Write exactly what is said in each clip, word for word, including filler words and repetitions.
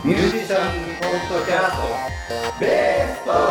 ミュージシャンポッドキャストベースト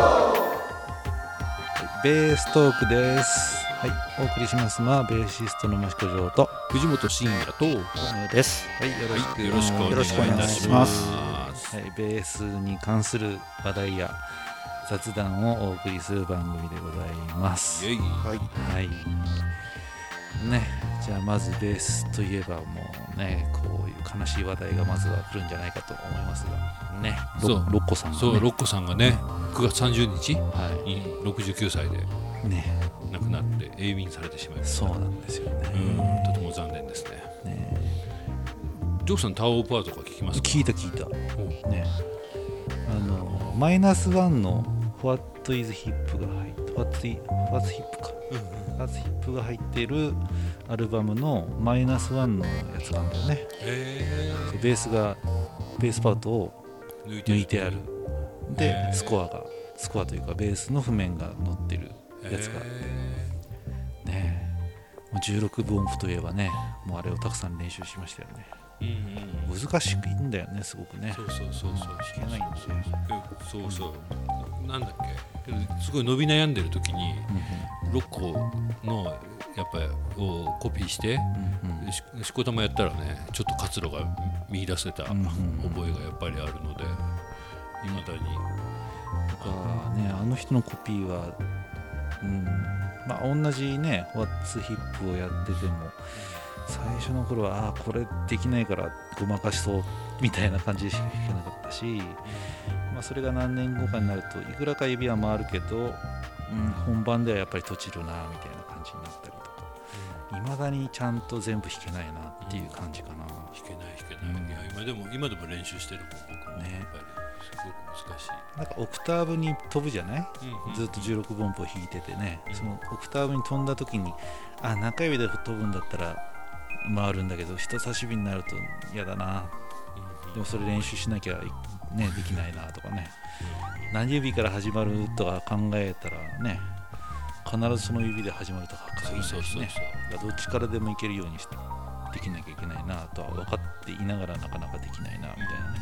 ベーストークです。はい、お送りしますのはベーシストの益子城と藤本慎也と小野です。はい、よろしく、 はい、よろしくお願いいたします。 ますはい、ベースに関する話題や雑談をお送りする番組でございます。 イエイ、 はい、はい、ね、じゃあまずベースといえばもうね、こういう悲しい話題がまずは来るんじゃないかと思いますがね、 そうロッコさんがね、 そうロッコさんがね、くがつさんじゅうにちにはろくじゅうきゅうさいでね、 亡くなって永眠されてしまいました。 そうなんですよね。 うん、とても残念ですね。 ね、 ジョーさんタワーオブパワーとか聞きますか？ 聞いた聞いた。ね、あのマイナスワンの What is Hip が入って What's Hip か、 うんうん、 What's Hip が入っているアルバムのマイナスワンのやつなんだよね。 へー、 ベースがベースパートを抜いてる抜いてある。でへースコアがスコアというかベースの譜面が載ってるやつがね、もうじゅうろくぶ音符といえばね、もうあれをたくさん練習しましたよね。 うんうん、 難しくいいんだよね、すごくね。 そうそうそうそう、 弾けないんだよ。 そうそう、なんだっけ、すごい伸び悩んでる時にロッコのやっぱりをコピーしてうんうん、 ししこたまやったらね、ちょっと活路が見出せた覚うんうんえがやっぱりあるので、いまだにだからね、あの人のコピーは、うん、まあ同じね What's Hip をやってても最初の頃はあこれできないからごまかしそうみたいな感じでしか弾けなかったし、まあ、それが何年後かになるといくらか指は回るけど、うん、本番ではやっぱり閉じるなみたいな感じになったりとか、いまだにちゃんと全部弾けないなっていう感じかな。 弾けない弾けない、うん、いや今でも今でも練習してるもん僕も、ね、やっぱりすごく難しい。 なんかオクターブに飛ぶじゃない、 うんうん、 ずっとじゅうろくぶ音符を弾いててね、そのオクターブに飛んだ時にあ中指で飛ぶんだったら回るんだけど人差し指になると嫌だな、うん、でもそれ練習しなきゃ、ね、できないなとかね、うん、何指から始まるとか考えたらね、必ずその指で始まるとか限らないしね、どっちからでもいけるようにしてできなきゃいけないなとは分かっていながらなかなかできないなみたいなね、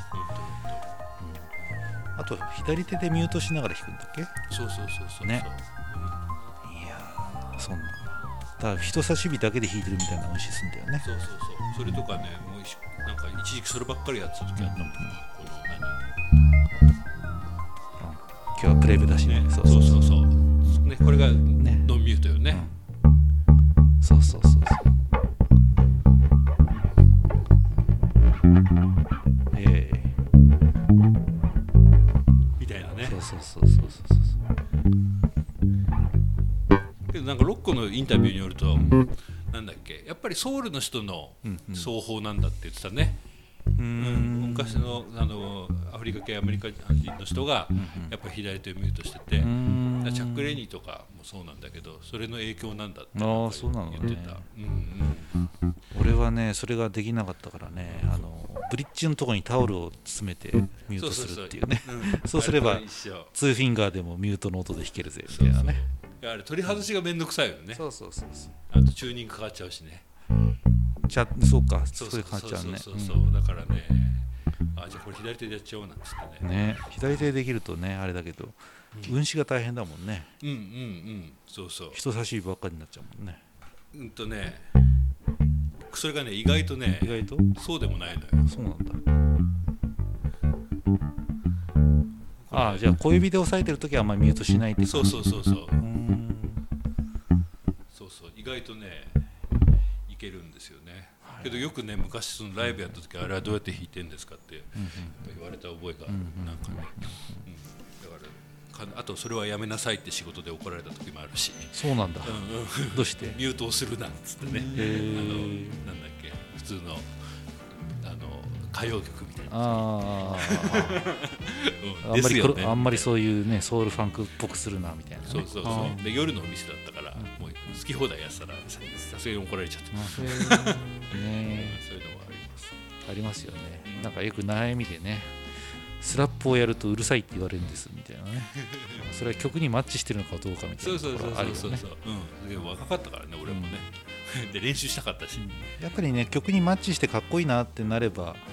うん、あと左手でミュートしながら弾くんだっけ？ そうそうそうそうね、うん、いやーそんなだから人差し指だけで弾いてるみたいな音質するんだよね。 そうそうそう、それとかね、もうなんか一時期そればっかりやってた時あったもん、うん、この何、 うん、今日はプレイブだしね、 そうそうそうそう、ね、これがノンミュートよね、 うん、そうそうそうそう、ええみたいなね、 そうそうそうそうそうけどなんかロッコのインタビューによると、うん、なんだっけ、やっぱりソウルの人の奏法なんだって言ってたね、うんうん、昔 の, あのアフリカ系アメリカ人の人がやっぱり左手をミュートしてて、うん、チャック・レニーとかもそうなんだけど、それの影響なんだって言ってた。 あ、そうなのね、 うんうん、 俺はねそれができなかったからね、あのブリッジのところにタオルを詰めてミュートするっていうね、そうすればツーフィンガーでもミュートの音で弾けるぜみたいなね。そうそう、 いやあれ取り外しがめんどくさいよね。 そうそうそうそう、 あとチューニングかかっちゃうしね。 ちゃそうか、 そうそうそうそうそうそう、 そう、 だからね、あ、じゃあこれ左手でやっちゃおうなんつってね。 ね、左手でできるとねあれだけど、うん、運指が大変だもんね。 うんうんうん、そうそう。 人差し指ばっかりになっちゃうもんね。 うんとね、それがね意外とね、 意外とそうでもないのよ。 そうなんだ。ああ、じゃあ小指で押さえてるときはあんまりミュートしないって感じ。 そうそうそうそう。 うーん、 そうそう、意外とねいけるんですよね。けどよくね、昔そのライブやった時、あれはどうやって弾いてんですかって言われた覚えがなんかね、うん、だからあとそれはやめなさいって仕事で怒られた時もあるし。 そうなんだ、 うんうん、 どうしてミュートをするなんつってね、あのなんだっけ、普通のあの歌謡曲みたいな、 ああ、うん、あんまり、ね、あんまりそういうねソウルファンクっぽくするなみたいな、ね、 そうそうそう、で夜のお店だったから、うん、もう好き放題やってたらさすがに怒られちゃって、 そういうのもあります。ありますよね、うん、なんかよく悩みでね、スラップをやるとうるさいって言われるんですみたいなねそれは曲にマッチしてるのかどうかみたいなところあるよね。そうそうそうそう、 うん、でも若かったからね俺もね、うん、で練習したかったし、 やっぱりね曲にマッチしてかっこいいなってなれば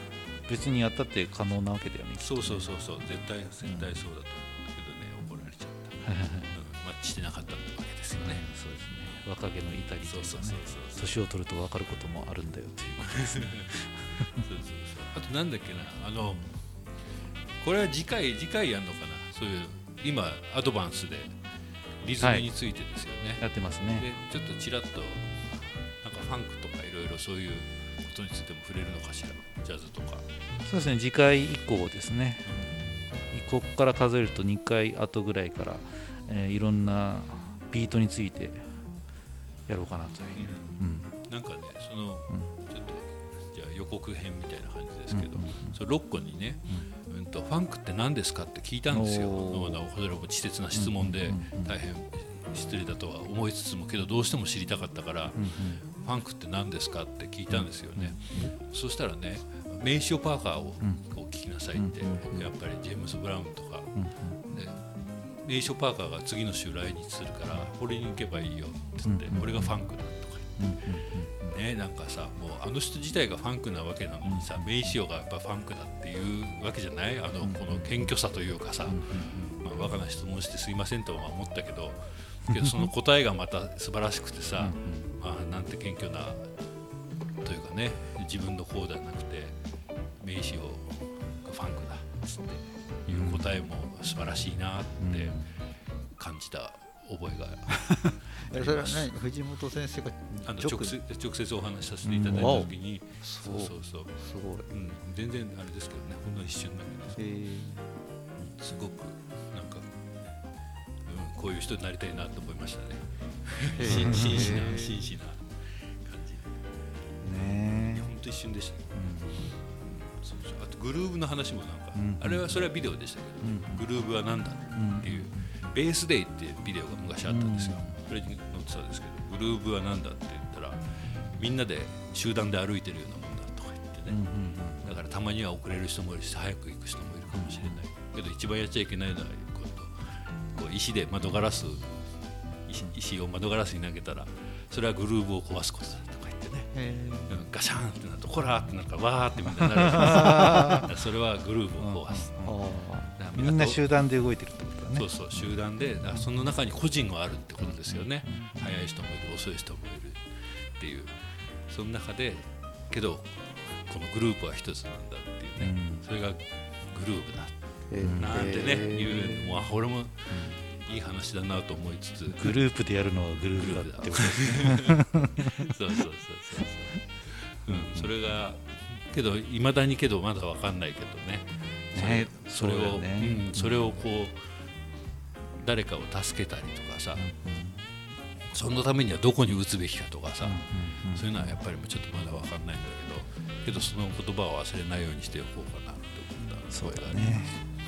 別にやったって可能なわけだよね。 そうそうそうそう、絶対絶対そうだと思うけどね、怒られちゃった、うん、マッチしてなかったわけですよね、 うん、そうですね。若気の至りというかね、 そうそうそうそう、 年を取ると分かることもあるんだよということですねそうそうそう。あとなんだっけな、あのこれは次回次回やるのかな、そういう今アドバンスでリズムについてですよね、 はい、やってますね。 でちょっとちらっとなんかファンクとかいろいろそういうことについても触れるのかしら、ジャズとか。 そうですね、次回以降ですね、うん、ここから数えるとにかい後ぐらいから、えー、いろんなビートについてやろうかなという、 うんうん、なんかね、その、うん、ちょっとじゃあ予告編みたいな感じですけど、うんうんうん、そのロッコにね、うんうん、とファンクって何ですかって聞いたんですよ。それも稚拙な質問で大変失礼だとは思いつつも、けどどうしても知りたかったから、うんうん、ファンクって何ですかって聞いたんですよね、うんうん、そしたらね、メイシオ・パーカーを、うん、を聞きなさいって、うん、やっぱりジェームス・ブラウンとか、うん、でメイシオ・パーカーが次の週来日するから俺に行けばいいよって言って、うん、俺がファンクだとか言って、うん、ね、なんかさ、もうあの人自体がファンクなわけなのにさ、うん、メイシオがやっぱファンクだっていうわけじゃない、あの、うん、この謙虚さというかさ、うん、まあ、バカな質問してすいませんとは思ったけどけどその答えがまた素晴らしくてさ、まあ、なんて謙虚なというかね、自分のこうではなくてメイシオがファンクだっつっていう答えも素晴らしいなって感じた覚えがあります。 それは何、藤本先生があの 直, 接直接お話しさせていただいたときに、うん、そうそうそう、 すごい、 うん、全然あれですけどね、ほんの一瞬だけど、すごくなんか、うん、こういう人になりたいなと思いましたね。真摯な真摯な感じね、ほんと一瞬でした、ね、うん、そうそう。あとグルーブの話もなんか、うん、あれはそれはビデオでしたけど、うん、グルーブは何だっていう、うん、ベースデイっていうビデオが昔あったんですよ、うん、それに載ってたんですけど、グルーブは何だって言ったら、みんなで集団で歩いてるようなもんだとか言ってね、うんうんうん、だからたまには遅れる人もいるし早く行く人もいるかもしれないけど、一番やっちゃいけないのはこう石で窓ガラス 石, 石を窓ガラスに投げたらそれはグルーブを壊すことだとか言ってね、ガシャンってなるとコラーってなんかわーってみんなになるわけですそれはグルーブを壊す、 うん、みんな集団で動いてるってことだね。 そうそう、集団で、その中に個人があるってことですよね、うん、速い人もいる、遅い人もいるっていう、その中でけどこのグループは一つなんだっていうね、うん、それがグループだ、えー、なんてね、えー、いうのは俺もいい話だなと思いつつ、 グループでやるのはグループだってことですねそうそうそうそうそう、 うん、それがけどいまだにけどまだ分かんないけどね、 ね、 それを、それを、ね、うん、それをこう誰かを助けたりとかさ、うん、そのためにはどこに打つべきかとかさ、うんうん、そういうのはやっぱりちょっとまだ分かんないんだけど、けどその言葉を忘れないようにしておこうかなと思ったそうだね、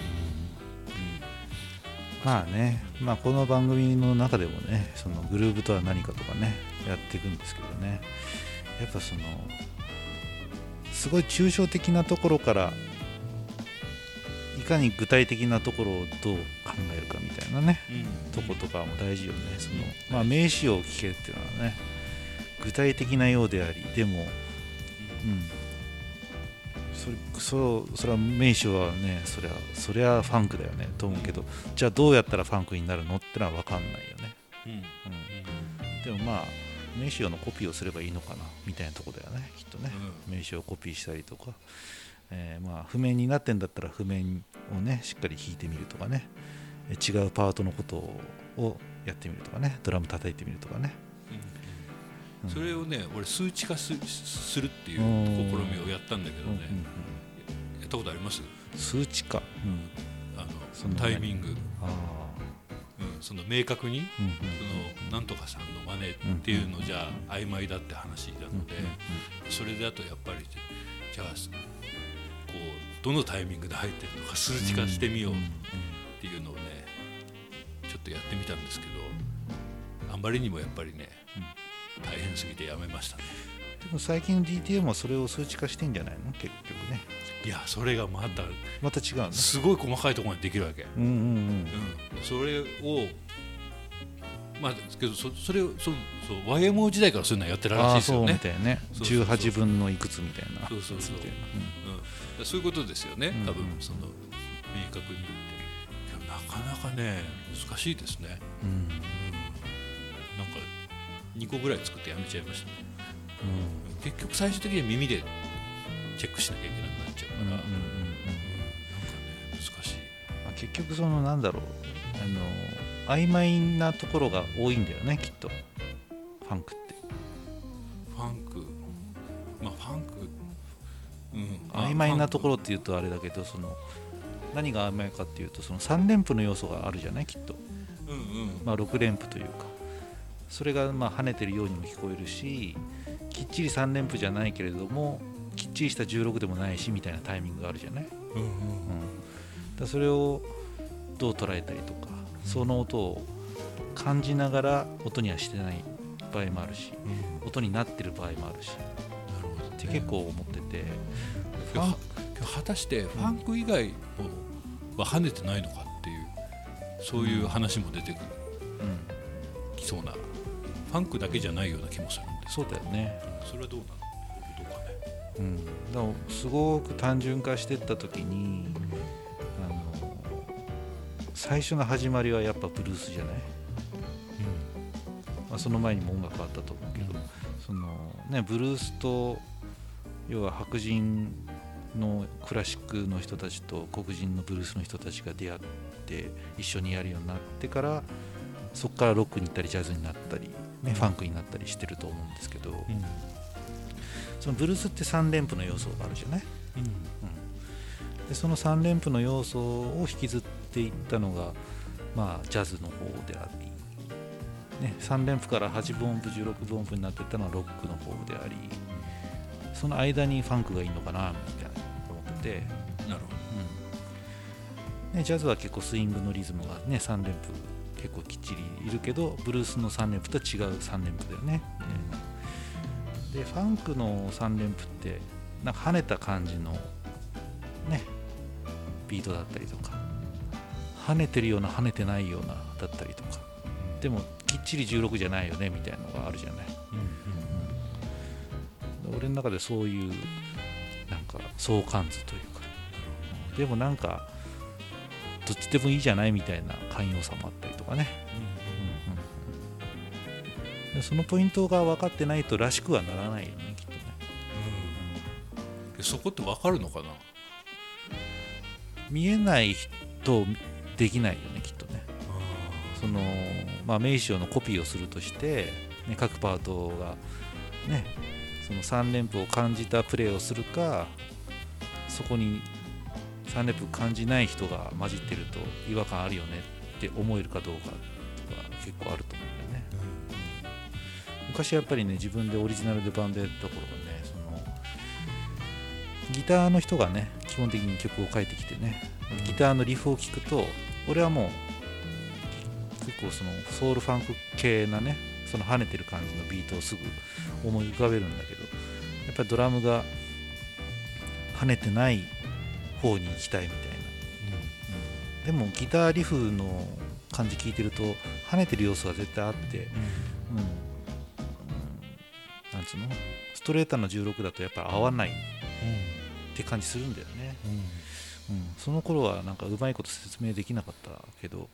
うん、まあね、まあ、この番組の中でもね、そのグルーブとは何かとかねやっていくんですけどね、やっぱそのすごい抽象的なところからいかに具体的なところをどう考えるかみたいなね、うん、とことかも大事よね。その、まあ、名詞を聞けっていうのはね、具体的なようであり、でも、うん、それ、それ、それは名詞はね、そりゃ、そりゃファンクだよねと思うけど、じゃあどうやったらファンクになるのってのは分かんないよね。うんうん、でもまあ名詞のコピーをすればいいのかなみたいなところだよね、きっとね。うん、名詞をコピーしたりとか。えー、まあ譜面になってんだったら譜面をねしっかり弾いてみるとかね、違うパートのことをやってみるとかね、ドラム叩いてみるとかね、 うん、それをね俺数値化 す, するっていう試みをやったんだけどね、うんうんうん、やったことあります？ 数値化、うん、 あのそのタイミング、あ、うん、その明確に、うんうん、そのなんとかさんの真似っていうのじゃ曖昧だって話なので、うんうんうん、それだとやっぱりじゃあこうどのタイミングで入ってるのか数値化してみようっていうのをねちょっとやってみたんですけど、あんまりにもやっぱりね、うん、大変すぎてやめましたね。 でも最近の ディーティーエム はそれを数値化してんじゃないの結局ね。 いやそれがまたまた違うの、 すごい細かいところにできるわけ、うんうんうんうん、それをまあけど そ, それをそそう ワイエムオー 時代からそういうのやってるらしいですよね。 あ、そうみたいね。じゅうはちぶんのいくつみたいな。 そうそうそう、うん、 らそういうことですよね、 うんうん、 多分その明確に言って。なかなかね難しいですね、 うんうん、 なんかにこぐらい作ってやめちゃいましたね、うん、結局最終的には耳でチェックしなきゃいけなくなっちゃうから、うんうんうんうん、なんかね難しい、 まあ、結局そのなんだろうあの曖昧なところが多いんだよねきっとファンクってファンクまあファンク、うん、 曖昧なところっていうとあれだけどその何が曖昧かっていうとそのさん連符の要素があるじゃないきっと、 うんうんまあ、ろく連符というかそれがまあ跳ねてるようにも聞こえるしきっちりさん連符じゃないけれどもきっちりしたじゅうろくでもないしみたいなタイミングがあるじゃない、うんうんうん、だそれをどう捉えたりとかその音を感じながら音にはしてない場合もあるし、うん、音になってる場合もあるしなるほど、ね、って結構思ってて果たしてファンク以外は跳ねてないのかっていうそういう話も出てくる、うん、きそうなファンクだけじゃないような気もするんです。 そうだよね。 それはどうなのどうかね、 うん、だからすごく単純化していった時にあの最初の始まりはやっぱブルースじゃない、うんまあ、その前にも音楽あったと思うけど、うん、そのね、ブルースと要は白人のクラシックの人たちと黒人のブルースの人たちが出会って一緒にやるようになってからそこからロックに行ったりジャズになったり、ね、ファンクになったりしてると思うんですけど、うん、そのブルースってさん連符の要素があるじゃない、うんうん、でそのさん連符の要素を引きずっていったのが、まあ、ジャズの方であり、ね、さん連符からはちぶ音符じゅうろくぶ音符になっていったのはロックの方でありその間にファンクがいいのかなみたいな思っててなるほど、 うんね、ジャズは結構スイングのリズムがねさん連符結構きっちりいるけどブルースのさん連符とは違うさん連符だよね、うん、でファンクのさん連符ってなんか跳ねた感じのねビートだったりとか跳ねてるような跳ねてないようなだったりとか、うん、でもきっちりじゅうろくじゃないよねみたいなのがあるじゃない、うんうん、俺の中でそういうなんか相関図というかでもなんかどっちでもいいじゃないみたいな寛容さもあったりとかね、うんうんうん、そのポイントが分かってないとらしくはならないよねきっとね、 うん、そこって分かるのかな見えないとできないよねきっとねその、まあ、名称のコピーをするとして、ね、各パートがねそのさん連符を感じたプレーをするかそこにさん連符感じない人が混じってると違和感あるよねって思えるかどうかとか結構あると思うんだよね、うん、昔やっぱりね自分でオリジナルでバンドやった頃はねそのギターの人がね基本的に曲を書いてきてねギターのリフを聴くと俺はもう結構そのソウルファンク系なねその跳ねてる感じのビートをすぐ思い浮かべるんだけどやっぱりドラムが跳ねてない方に行きたいみたいな、うんうん、でもギターリフの感じ聞いてると跳ねてる要素が絶対あって、うんうん、なんつうのストレートのじゅうろくだとやっぱり合わないって感じするんだよね、うんうん、その頃はなんかうまいこと説明できなかったけど、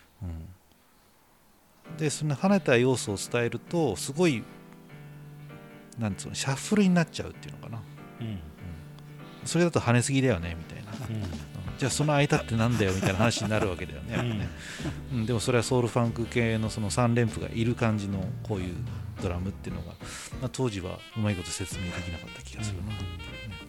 うん、でその跳ねた要素を伝えるとすごいなんつうのシャッフルになっちゃうっていうのかな、うんうん、それだと跳ねすぎだよねみたいな、うん、じゃあその間ってなんだよみたいな話になるわけだよね、うんうん、でもそれはソウルファンク系のそのさん連符がいる感じのこういうドラムっていうのが、まあ、当時はうまいこと説明できなかった気がするなっていうね、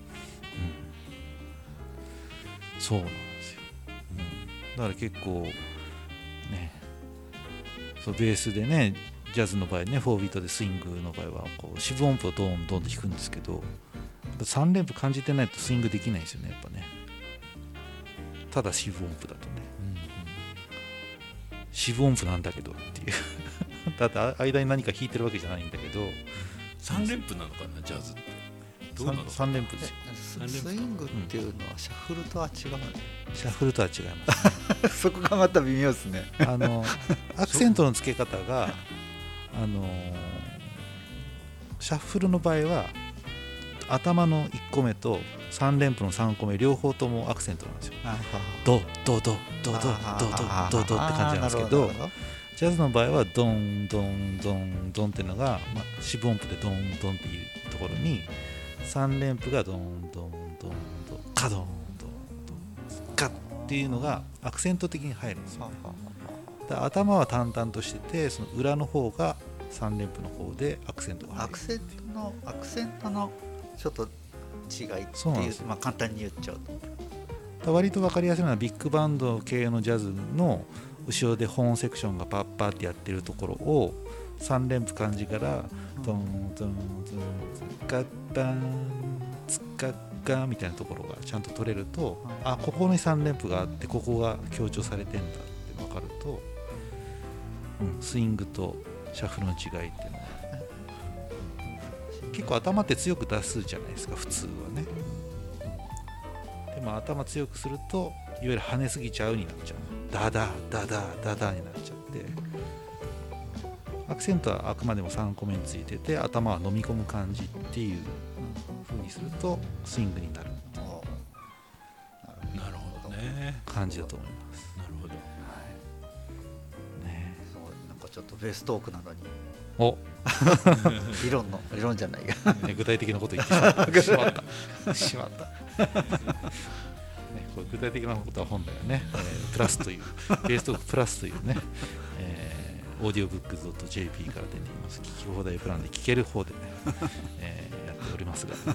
うん、そうなんですよ、うん、だから結構ねそうベースでねジャズの場合ねフォービートでスイングの場合はこう四分音符をドンドンと弾くんですけどさん連符感じてないとスイングできないですよねやっぱねただ四分音符だとね、うんうん、四分音符なんだけどっていうだって間に何か弾いてるわけじゃないんだけどさん連符なのかなジャズってどうなのかなさん連符ですよスイングっていうのはシャッフルとは違う、ねうん、シャッフルとは違いますねそこがまた微妙ですねあのアクセントの付け方があのシャッフルの場合は頭のいっこめとさん連符のさんこめ両方ともアクセントなんですよ。ドドドドドドドドドって感じなんですけど、ジャズの場合はドンドンドンドンっていうのが、まあ、四分音符でドンドンっていうところにさん連符がドンドンドンドンカドンドンドンカっていうのがアクセント的に入るんですよね。だから頭は淡々としてて、その裏の方がさん連符の方でアクセントが入る。 アクセントのアクセントのちょっと違いっていう、 そうなんですよ。 まあ、簡単に言っちゃうと割と分かりやすいのはビッグバンド系のジャズの後ろでホーンセクションがパッパーってやってるところをさん連符漢字からドンドンドンツカッタンツカッカみたいなところがちゃんと取れると、あ、ここにさん連符があってここが強調されてんだって分かると、うん、スイングとシャッフルの違いっていうのは結構頭って強く出すじゃないですか普通はね。でも頭強くするといわゆる跳ねすぎちゃうになっちゃう。ダダダダダダになっちゃって、アクセントはあくまでもさんこめについてて頭は飲み込む感じっていう風にするとスイングになるっていうなるほどね。 感じだと思います。 なるほど。 ね、 そうなんかちょっとベーストークなのにお理論の理論じゃないがね、具体的なこと言ってしまったしまったしまったね、これ具体的なことは本来はね、えー、プラスというベーストークプラスというね、えー、オーディオブックス ドット ジェーピー から出ています聞き放題プランで聞ける方でね、えー、やっておりますが、うん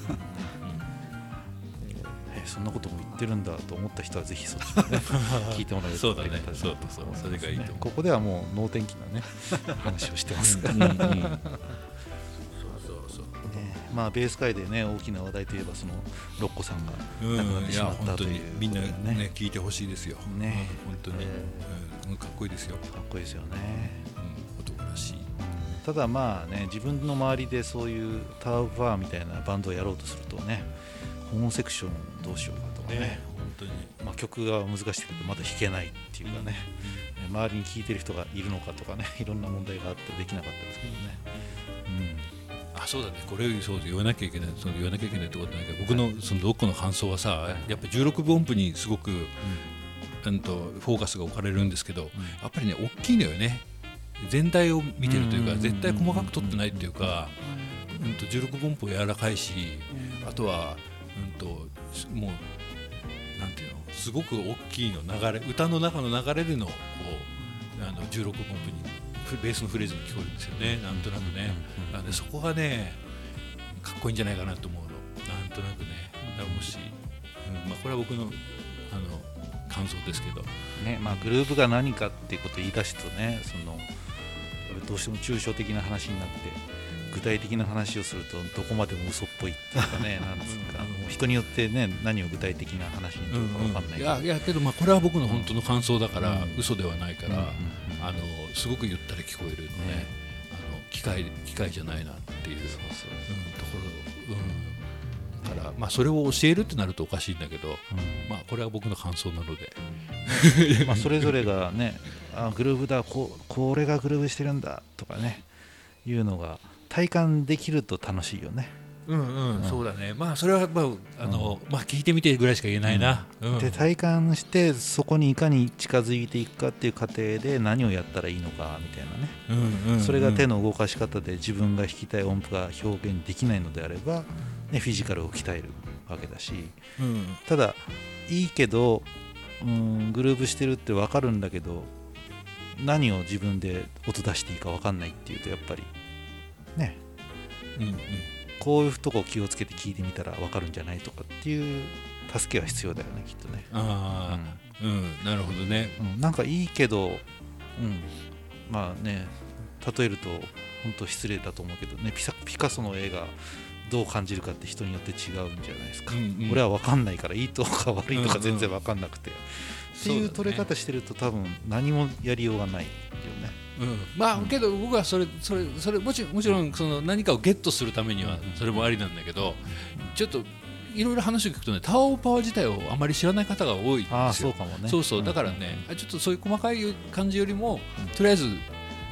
えー、そんなことも言ってるんだと思った人はぜひそっちもね聞いてもらえるとそうだね、そうそうそれがいいと思う。 ここではもう能天気なね話をしてますが、 うんうんうん、そうそうそう。 まあ、ベース界でね大きな話題といえばそのロッコさんが亡くなってしまったという、 うん、いや本当にみんなね聞いてほしいですよね、 本当に、えーうん、かっこいいですよ。 かっこいいですよね、 うん、男らしい。 ただまあね自分の周りでそういうタワーファーみたいなバンドをやろうとするとねホーンセクションどうしようかとかね、 ね本当に、 まあ、曲が難しくてまだ弾けないっていうかね、うん、周りに聴いてる人がいるのかとかねいろんな問題があってできなかったですけどね、うん、 あそうだね、これそう言わなきゃいけない、その言わなきゃいけないってことないけど、僕のそのロックの感想はさ、やっぱじゅうろくぶん音符にすごく、うん、とフォーカスが置かれるんですけど、うん、やっぱりね大きいのよね。全体を見てるというか、うん、絶対細かく取ってないっていうか、うん、とじゅうろくぶん音符柔らかいし、あとは、うん、ともうなんていうの、すごく大きいの流れ、歌の中の流れでのこうあのじゅうろくぶん音符にベースのフレーズに聞こえるんですよね、なんとなくね。なのでそこがねかっこいいんじゃないかなと思うの、なんとなくね。だからもし、うん、まあこれは僕のあの感想ですけど、 ね、まあグルーヴが何かっていうことを言い出すとね、そのどうしても抽象的な話になって具体的な話をするとどこまでも嘘っぽいっていうかねなんですか、うん、もう人によってね何を具体的な話になるか分かんないけど、 うんうん、いやいやけどまあこれは僕の本当の感想だから、うん、嘘ではないから、うんうんうん、あのすごくゆったり聞こえるのね、あの機械機械じゃないなっていう、そうそう、うん、ところ、うん、だからまあそれを教えるってなるとおかしいんだけど、うん、まあこれは僕の感想なのでまあそれぞれがねあグルーヴだ こ, これがグルーヴしてるんだとかねいうのが体感できると楽しいよね。 うんうん、うん、そうだね。まあそれは、まああのうん、まあ聞いてみてぐらいしか言えないな、うんうん、 で体感してそこにいかに近づいていくかっていう過程で何をやったらいいのかみたいなね、うんうんうん、それが手の動かし方で自分が弾きたい音符が表現できないのであれば、ね、フィジカルを鍛えるわけだし、うん、ただいいけど、うん、グルーヴしてるって分かるんだけど何を自分で音出していいか分かんないっていうとやっぱりね、うんうん、こういうとこ気をつけて聞いてみたら分かるんじゃないとかっていう助けは必要だよねきっとね。 ああ、うん、うん、なるほどね、 うん、なんかいいけど、うん、まあね例えると本当失礼だと思うけどね、ピサピカソの絵がどう感じるかって人によって違うんじゃないですか、うんうん、俺は分かんないからいいとか悪いとか全然分かんなくて、うんうん、っていう取れ方してると多分何もやりようがないよね。 うん、まあけど僕はそれそれそれもちろんもちろんその何かをゲットするためにはそれもありなんだけど、ちょっといろいろ話を聞くとね、タワーオブパワー自体をあまり知らない方が多いんですよ。 ああそうかもね。 そうそう、だからね、うん、ちょっとそういう細かい感じよりも、とりあえず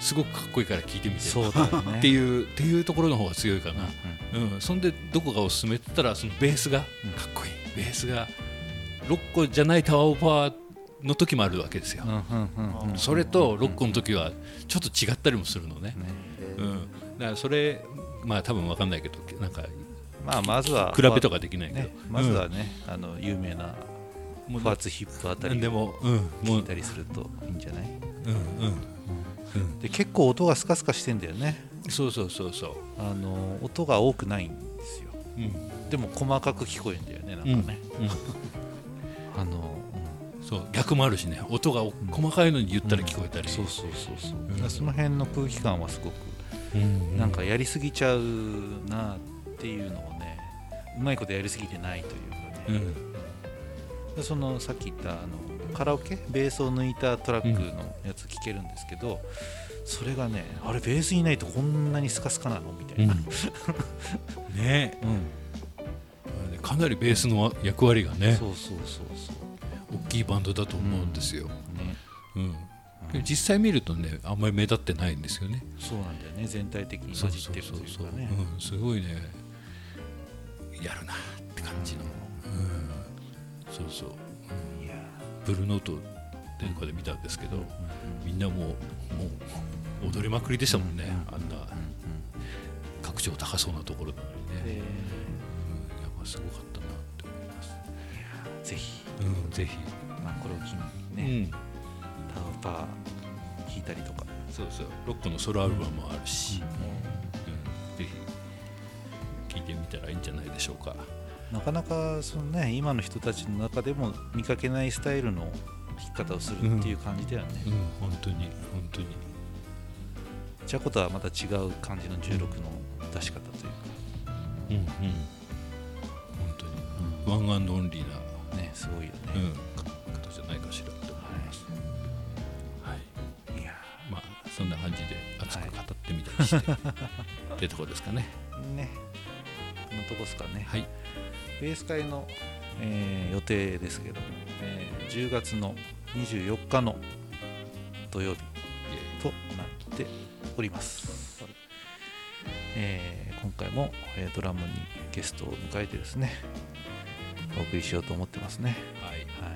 すごくかっこいいから聴いてみてそうだよねっていうっていうところの方が強いかな、うんうん、そんでどこがおすすめって言ったらそのベースがかっこいい、ベースがろっこじゃないタワーオブパワーの時もあるわけですよ、それとろっこの時はちょっと違ったりもするのね、うん、だからそれまあ多分分かんないけどなんかまあまずは比べとかできないけど、 ね、まずはね、うん、あの有名なファーツヒップあたりでも、うん、 聞いたりするといいんじゃない？ うんうんうん、で結構音がスカスカしてんだよね。 そうそうそうそう、 あの音が多くないんですよ、うん、でも細かく聞こえるんだよね、なんかね、うんうん、あの、 うん、そう逆もあるしね、音が細かいのに言ったら聞こえたり、 うんうん、そうそうそうそう、うん、その辺の空気感はすごく、うん、なんかやりすぎちゃうなっていうのをね、うまいことやりすぎてないというかね、うん、でそのさっき言ったあのカラオケベースを抜いたトラックのやつ聴けるんですけど、うん、それがね、あれベースいないとこんなにスカスカなのみたいな、うん、ね、うん、 かなりベースの役割がね、 そうそうそうそう大きいバンドだと思うんですよ、うんね、うん、実際見るとねあんまり目立ってないんですよね。 そうなんだよね、全体的に混じってるというかね、 そうそうそうそう、うん、すごいねやるなって感じの、うんうん、そうそう、うん、いやブルーノートでとかで見たんですけど、うん、みんなもう、もう踊りまくりでしたもんね、うん、あんな格調高そうなところなのにね、うん、やっぱすごかったなって思います。いやぜひ、 うん、ぜひ、 まあ、これを機にね、うん、タウパー弾いたりとか、 そうそう、ロックのソロアルバムもあるし、うんうん、ぜひ聴いてみたらいいんじゃないでしょうか。 なかなかその、ね、今の人たちの中でも見かけないスタイルの弾き方をするっていう感じだよね、 うんうん、本当に本当にジャコとはまた違う感じのじゅうろくの出し方というか、 うんうん、本当に、うん、ワンアンドオンリーな、 ね、すごいよね、 うん、方じゃないかしらと思います、はいはい、いやまあそんな感じで熱く語ってみたりして、はい、ってとこですかね。 ね、このとこですかね。 はい。 ベース会の、えー、予定ですけども、えー、じゅうがつのにじゅうよっかの土曜日となっております、えー、今回も、えー、ドラムにゲストを迎えてですねお送りしようと思ってますね。 はい、はい、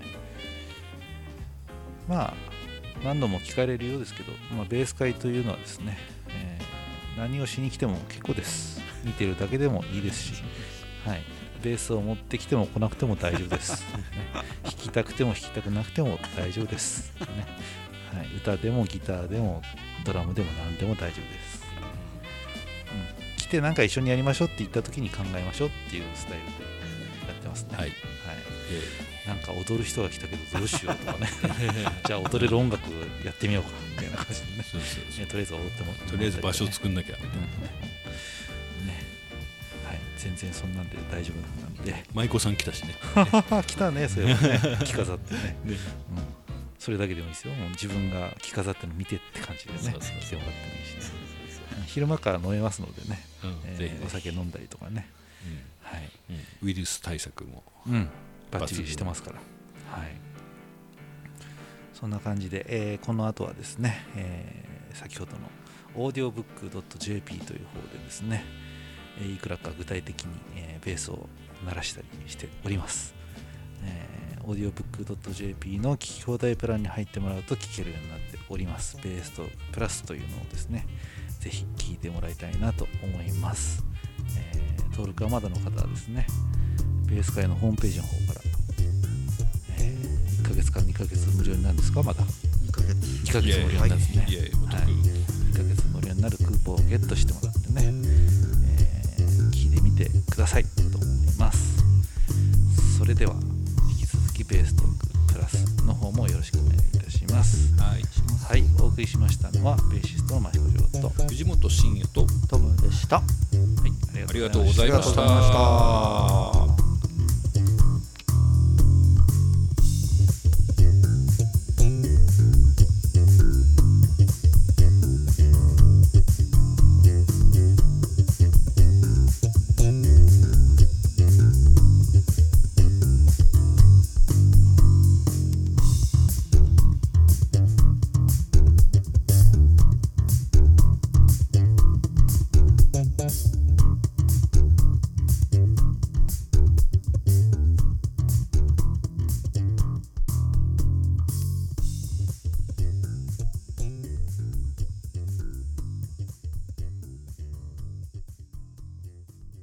まあ何度も聞かれるようですけど、まあ、ベース会というのはですね、えー、何をしに来ても結構です。見てるだけでもいいですし、はい、ベースを持ってきても来なくても大丈夫です、ね、弾きたくても弾きたくなくても大丈夫です、ね、はい、歌でもギターでもドラムでも何でも大丈夫です、うん、来てなんか一緒にやりましょうって言った時に考えましょうっていうスタイルでやってますね。はい、はい、なんか踊る人が来たけどどうしようとかねじゃあ踊れる音楽やってみようかみたいな感じでね、そうそうそう、ね、とりあえず踊ってもとりあえず場所を作んなきゃみたいな、 ね、はい、全然そんなんで大丈夫なんで。 舞妓さん来たしね来たね、それはね着飾ってね、ね、うん、それだけでもいいですよ。もう自分が着飾ってるの見てって感じでね、そうそうそう、来てもらってもいいしね、そうそうそう、昼間から飲めますのでね、うん、えー、ぜひお酒飲んだりとかね、うん、はい、 うん、ウイルス対策も、 うん、バッチリしてますから、はい、そんな感じで、えー、この後はですね、えー、先ほどのオーディオブックドットジェーピー という方でですね、えー、いくらか具体的に、えー、ベースを鳴らしたりしております、えー、オーディオブックドットジェーピー の聞き放題プランに入ってもらうと聞けるようになっております。ベースとプラスというのをですね、ぜひ聞いてもらいたいなと思います、えー、登録はまだの方はですね、ベース会のホームページの方から、えー、いっかげつかにかげつ無料になるんですか。まだにかげつにかげつ無料になるんですね。 いやいや、お得、はい、 にかげつ無料になるクーポンをゲットしてもらってね、えー、聞いてみてくださいと思います。それでは引き続きベーストークプラスの方もよろしくお願いいたします。 はい、 はい、お送りしましたのはベーシストの益子亮と藤本慎也とトムでした。はい、ありがとうございました。 ありがとうございました。